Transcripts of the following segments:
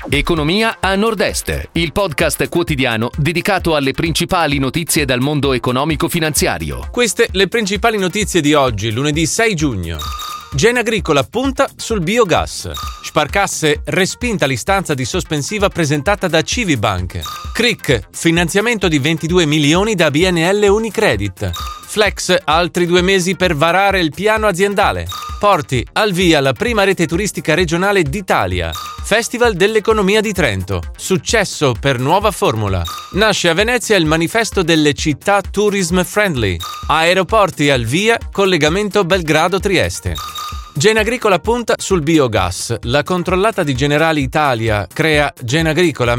Economia a Nord-Est, il podcast quotidiano dedicato alle principali notizie dal mondo economico-finanziario. Queste le principali notizie di oggi, lunedì 6 giugno. Gene Agricola punta sul biogas. Sparcasse respinta l'istanza di sospensiva presentata da Civibank. Cric, finanziamento di 22 milioni da BNL Unicredit. Flex, altri 2 mesi per varare il piano aziendale. Porti, al via la prima rete turistica regionale d'Italia. Festival dell'Economia di Trento. Successo per nuova formula. Nasce a Venezia il manifesto delle città tourism friendly. Aeroporti al via, collegamento Belgrado-Trieste. Gene Agricola punta sul biogas. La controllata di Generali Italia crea Gene Agricola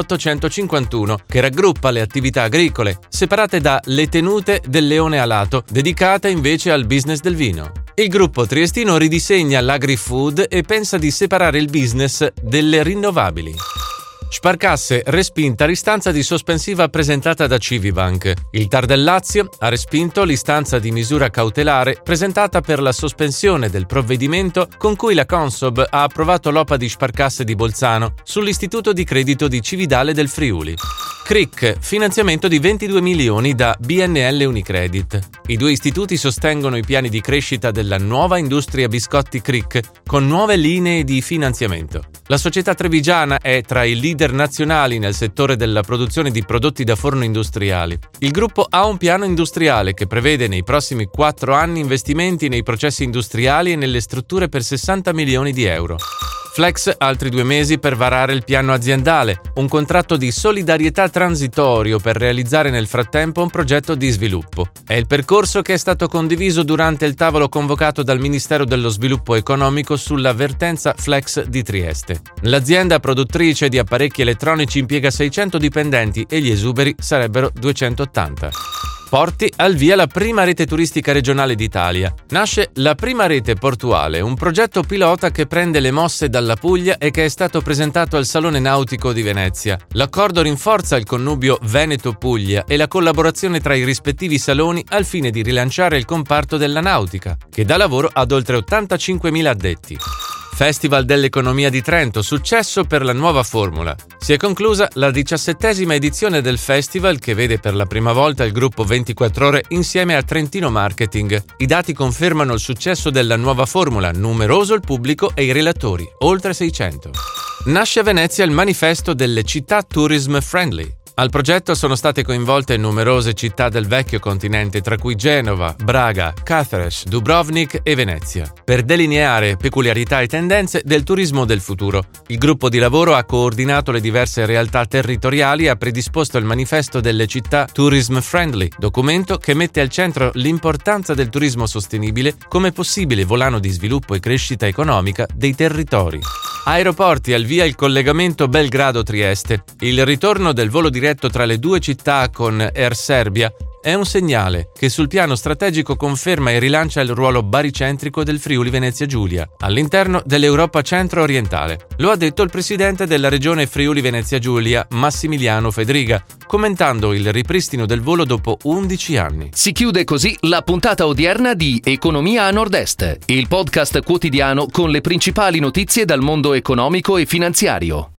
1851, che raggruppa le attività agricole, separate da Le Tenute del Leone Alato, dedicate invece al business del vino. Il gruppo triestino ridisegna l'agri-food e pensa di separare il business delle rinnovabili. Sparcasse respinta l'istanza di sospensiva presentata da Civibank. Il TAR del Lazio ha respinto l'istanza di misura cautelare presentata per la sospensione del provvedimento con cui la Consob ha approvato l'OPA di Sparcasse di Bolzano sull'istituto di credito di Cividale del Friuli. Cric, finanziamento di 22 milioni da BNL Unicredit. I due istituti sostengono i piani di crescita della nuova industria biscotti Cric con nuove linee di finanziamento. La società trevigiana è tra i leader nazionali nel settore della produzione di prodotti da forno industriali. Il gruppo ha un piano industriale che prevede nei prossimi 4 anni investimenti nei processi industriali e nelle strutture per 60 milioni di euro. Flex, altri 2 mesi per varare il piano aziendale, un contratto di solidarietà transitorio per realizzare nel frattempo un progetto di sviluppo. È il percorso che è stato condiviso durante il tavolo convocato dal Ministero dello Sviluppo Economico sulla vertenza Flex di Trieste. L'azienda produttrice di apparecchi elettronici impiega 600 dipendenti e gli esuberi sarebbero 280. Porti, al via la prima rete turistica regionale d'Italia. Nasce la prima rete portuale, un progetto pilota che prende le mosse dalla Puglia e che è stato presentato al Salone Nautico di Venezia. L'accordo rinforza il connubio Veneto-Puglia e la collaborazione tra i rispettivi saloni al fine di rilanciare il comparto della nautica, che dà lavoro ad oltre 85.000 addetti. Festival dell'Economia di Trento, successo per la nuova formula. Si è conclusa la 17ª edizione del festival che vede per la prima volta il gruppo 24 Ore insieme a Trentino Marketing. I dati confermano il successo della nuova formula, numeroso il pubblico e i relatori, oltre 600. Nasce a Venezia il manifesto delle città tourism friendly. Al progetto sono state coinvolte numerose città del vecchio continente, tra cui Genova, Braga, Cáceres, Dubrovnik e Venezia, per delineare peculiarità e tendenze del turismo del futuro. Il gruppo di lavoro ha coordinato le diverse realtà territoriali e ha predisposto il manifesto delle città tourism friendly, documento che mette al centro l'importanza del turismo sostenibile come possibile volano di sviluppo e crescita economica dei territori. Aeroporti, al via il collegamento Belgrado-Trieste. Il ritorno del volo diretto tra le due città con Air Serbia è un segnale che sul piano strategico conferma e rilancia il ruolo baricentrico del Friuli Venezia Giulia all'interno dell'Europa centro-orientale. Lo ha detto il presidente della regione Friuli Venezia Giulia, Massimiliano Fedriga, commentando il ripristino del volo dopo 11 anni. Si chiude così la puntata odierna di Economia a Nord-Est, il podcast quotidiano con le principali notizie dal mondo economico e finanziario.